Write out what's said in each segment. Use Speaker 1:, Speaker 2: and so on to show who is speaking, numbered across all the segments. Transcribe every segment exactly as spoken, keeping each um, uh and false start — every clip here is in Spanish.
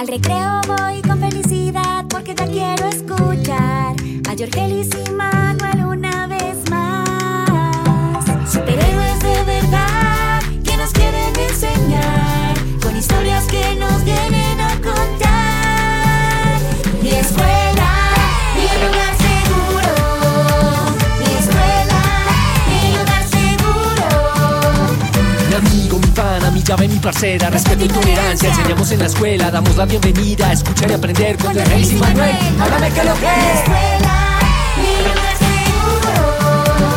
Speaker 1: Al recreo voy con felicidad porque ya quiero escuchar a Yorgelis y Manuel una vez más. Superhéroes de verdad que nos quieren enseñar con historias que nos vienen a contar. Mi escuela, mi lugar seguro. Mi escuela, mi lugar seguro.
Speaker 2: Mi amigo, mi pana, mi llave, mi parcera. Respeto y tolerancia, enseñamos en la escuela. Damos la bienvenida a escuchar y aprender con Yorgelis y Manuel. Háblame que lo que
Speaker 1: Mi
Speaker 2: es.
Speaker 1: escuela, mi lugar seguro.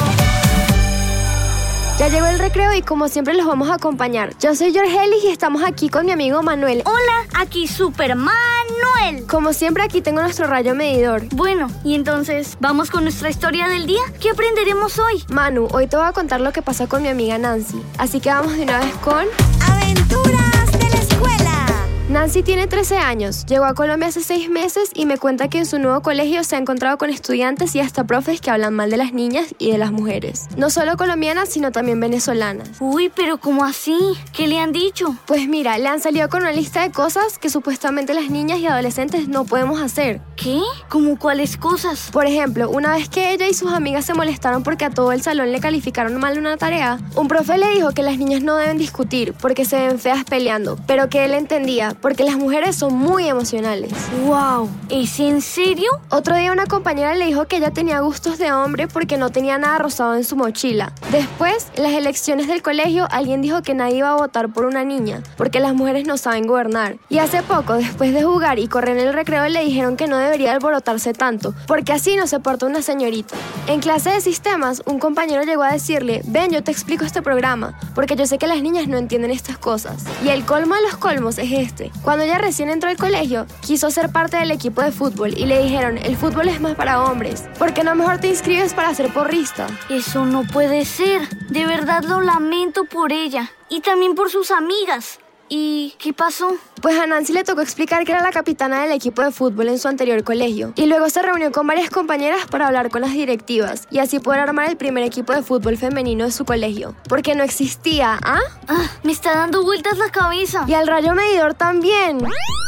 Speaker 3: Ya llegó el recreo y como siempre los vamos a acompañar. Yo soy Yorgelis y estamos aquí con mi amigo Manuel.
Speaker 4: Hola, aquí Super Manuel.
Speaker 3: Como siempre aquí tengo nuestro rayo medidor.
Speaker 4: Bueno, y entonces, ¿vamos con nuestra historia del día? ¿Qué aprenderemos hoy?
Speaker 3: Manu, hoy te voy a contar lo que pasó con mi amiga Nancy. Así que vamos de una vez con...
Speaker 1: Aventuras de la escuela.
Speaker 3: Nancy tiene trece años, llegó a Colombia hace seis meses y me cuenta que en su nuevo colegio se ha encontrado con estudiantes y hasta profes que hablan mal de las niñas y de las mujeres. No solo colombianas, sino también venezolanas.
Speaker 4: Uy, pero ¿cómo así? ¿Qué le han dicho?
Speaker 3: Pues mira, le han salido con una lista de cosas que supuestamente las niñas y adolescentes no podemos hacer.
Speaker 4: ¿Qué? ¿Cómo cuáles cosas?
Speaker 3: Por ejemplo, una vez que ella y sus amigas se molestaron porque a todo el salón le calificaron mal una tarea, un profe le dijo que las niñas no deben discutir porque se ven feas peleando, pero que él entendía porque las mujeres son muy emocionales.
Speaker 4: ¡Wow! ¿Es en serio?
Speaker 3: Otro día una compañera le dijo que ella tenía gustos de hombre porque no tenía nada rosado en su mochila. Después, en las elecciones del colegio, alguien dijo que nadie iba a votar por una niña porque las mujeres no saben gobernar. Y hace poco, después de jugar y correr en el recreo, le dijeron que no debería alborotarse tanto porque así no se porta una señorita. En clase de sistemas, un compañero llegó a decirle: ven, yo te explico este programa porque yo sé que las niñas no entienden estas cosas. Y el colmo de los colmos es este. Cuando ella recién entró al colegio, quiso ser parte del equipo de fútbol y le dijeron: el fútbol es más para hombres, ¿por qué no mejor te inscribes para ser porrista?
Speaker 4: Eso no puede ser. De verdad lo lamento por ella. Y también por sus amigas. ¿Y qué pasó?
Speaker 3: Pues a Nancy le tocó explicar que era la capitana del equipo de fútbol en su anterior colegio. Y luego se reunió con varias compañeras para hablar con las directivas y así poder armar el primer equipo de fútbol femenino de su colegio. Porque no existía, ¿ah?
Speaker 4: Ah, me está dando vueltas la cabeza.
Speaker 3: Y al rayo medidor también.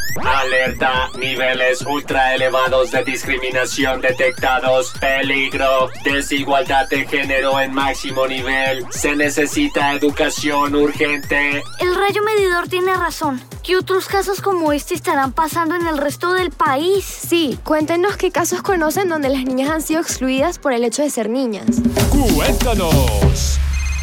Speaker 5: Alerta, niveles ultra elevados de discriminación detectados. Peligro, desigualdad de género en máximo nivel. Se necesita educación urgente.
Speaker 4: El rayo medidor tiene razón. ¿Qué otros casos como este estarán pasando en el resto del país?
Speaker 3: Sí, cuéntenos qué casos conocen donde las niñas han sido excluidas por el hecho de ser niñas.
Speaker 2: Cuéntanos.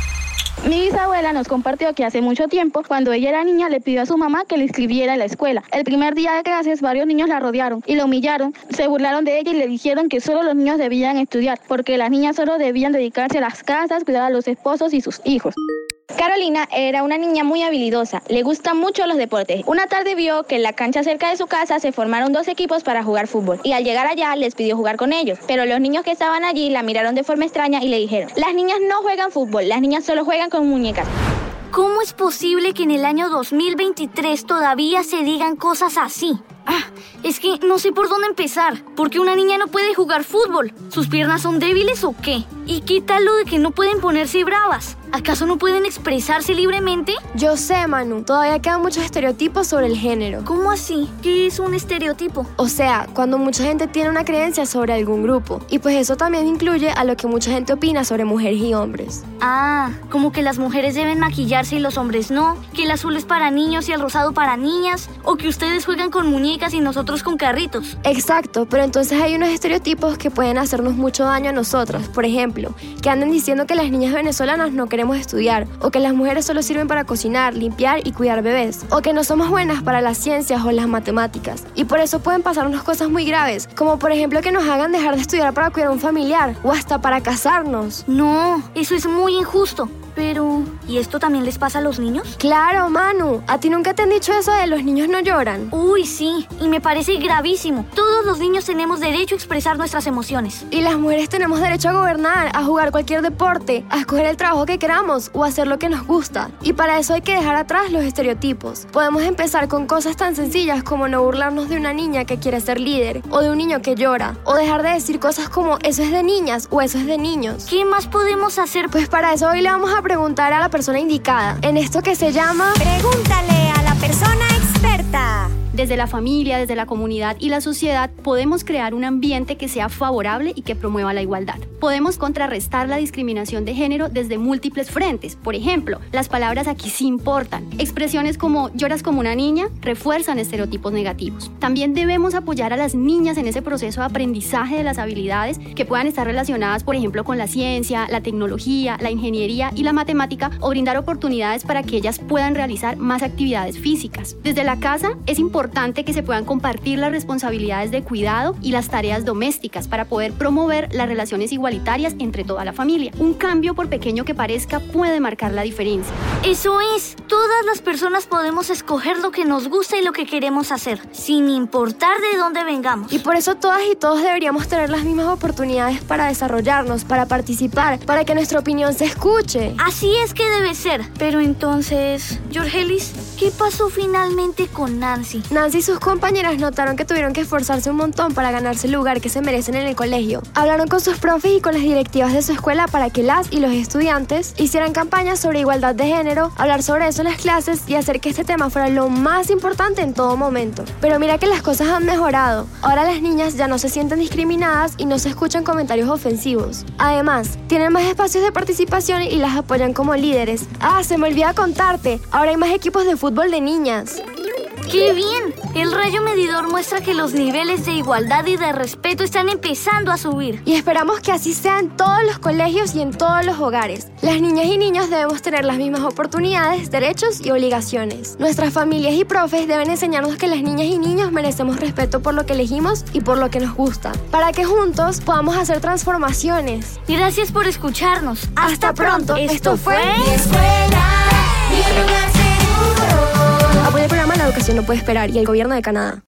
Speaker 6: Mi bisabuela nos compartió que hace mucho tiempo, cuando ella era niña, le pidió a su mamá que le inscribiera en la escuela. El primer día de clases, varios niños la rodearon y la humillaron, se burlaron de ella y le dijeron que solo los niños debían estudiar, porque las niñas solo debían dedicarse a las casas, cuidar a los esposos y sus hijos. Carolina era una niña muy habilidosa, le gustan mucho los deportes. Una tarde vio que en la cancha cerca de su casa se formaron dos equipos para jugar fútbol y al llegar allá les pidió jugar con ellos, pero los niños que estaban allí la miraron de forma extraña y le dijeron: las niñas no juegan fútbol, las niñas solo juegan con muñecas.
Speaker 4: ¿Cómo es posible que en el año dos mil veintitrés todavía se digan cosas así? Ah, es que no sé por dónde empezar. ¿Por qué una niña no puede jugar fútbol? ¿Sus piernas son débiles o qué? ¿Y qué tal lo de que no pueden ponerse bravas? ¿Acaso no pueden expresarse libremente?
Speaker 3: Yo sé, Manu, todavía quedan muchos estereotipos sobre el género.
Speaker 4: ¿Cómo así? ¿Qué es un estereotipo?
Speaker 3: O sea, cuando mucha gente tiene una creencia sobre algún grupo. Y pues eso también incluye a lo que mucha gente opina sobre mujeres y hombres.
Speaker 4: Ah, como que las mujeres deben maquillarse y los hombres no, que el azul es para niños y el rosado para niñas, o que ustedes juegan con muñecas y nosotros con carritos.
Speaker 3: Exacto, pero entonces hay unos estereotipos que pueden hacernos mucho daño a nosotras. Por ejemplo, que anden diciendo que las niñas venezolanas no queremos estudiar, o que las mujeres solo sirven para cocinar, limpiar y cuidar bebés, o que no somos buenas para las ciencias o las matemáticas. Y por eso pueden pasarnos cosas muy graves, como por ejemplo que nos hagan dejar de estudiar para cuidar a un familiar, o hasta para casarnos.
Speaker 4: No, eso es muy injusto. Pero, ¿y esto también les pasa a los niños?
Speaker 3: Claro, Manu. ¿A ti nunca te han dicho eso de los niños no lloran?
Speaker 4: Uy, sí. Y me parece gravísimo. Todos los niños tenemos derecho a expresar nuestras emociones.
Speaker 3: Y las mujeres tenemos derecho a gobernar, a jugar cualquier deporte, a escoger el trabajo que queramos o a hacer lo que nos gusta. Y para eso hay que dejar atrás los estereotipos. Podemos empezar con cosas tan sencillas como no burlarnos de una niña que quiere ser líder, o de un niño que llora, o dejar de decir cosas como eso es de niñas o eso es de niños.
Speaker 4: ¿Qué más podemos hacer?
Speaker 3: Pues para eso hoy le vamos a preguntar a la persona indicada en esto que se llama
Speaker 1: Pregúntale a la persona experta.
Speaker 7: Desde la familia, desde la comunidad y la sociedad podemos crear un ambiente que sea favorable y que promueva la igualdad. Podemos contrarrestar la discriminación de género desde múltiples frentes. Por ejemplo, las palabras aquí sí importan. Expresiones como lloras como una niña refuerzan estereotipos negativos. También debemos apoyar a las niñas en ese proceso de aprendizaje de las habilidades que puedan estar relacionadas, por ejemplo, con la ciencia, la tecnología, la ingeniería y la matemática, o brindar oportunidades para que ellas puedan realizar más actividades físicas. Desde la casa es importante que se puedan compartir las responsabilidades de cuidado y las tareas domésticas para poder promover las relaciones igualitarias entre toda la familia. Un cambio, por pequeño que parezca, puede marcar la diferencia.
Speaker 4: Eso es, todas las personas podemos escoger lo que nos gusta y lo que queremos hacer, sin importar de dónde vengamos.
Speaker 3: Y por eso todas y todos deberíamos tener las mismas oportunidades para desarrollarnos, para participar, para que nuestra opinión se escuche.
Speaker 4: Así es que debe ser. Pero entonces, Jorgelis, ¿qué pasó finalmente con Nancy?
Speaker 3: Nancy y sus compañeras notaron que tuvieron que esforzarse un montón para ganarse el lugar que se merecen en el colegio. Hablaron con sus profes y con las directivas de su escuela para que las y los estudiantes hicieran campañas sobre igualdad de género, hablar sobre eso en las clases y hacer que este tema fuera lo más importante en todo momento. Pero mira que las cosas han mejorado. Ahora las niñas ya no se sienten discriminadas y no se escuchan comentarios ofensivos. Además, tienen más espacios de participación y las apoyan como líderes. Ah, se me olvida contarte, ahora hay más equipos de fútbol de niñas.
Speaker 4: ¡Qué bien! El rayo medidor muestra que los niveles de igualdad y de respeto están empezando a subir.
Speaker 3: Y esperamos que así sea en todos los colegios y en todos los hogares. Las niñas y niños debemos tener las mismas oportunidades, derechos y obligaciones. Nuestras familias y profes deben enseñarnos que las niñas y niños merecemos respeto por lo que elegimos y por lo que nos gusta, para que juntos podamos hacer transformaciones.
Speaker 4: Gracias por escucharnos.
Speaker 3: Hasta pronto. Esto fue
Speaker 1: Mi escuela, mi lugar seguro.
Speaker 3: Apoya el programa La Educación No Puede Esperar y el Gobierno de Canadá.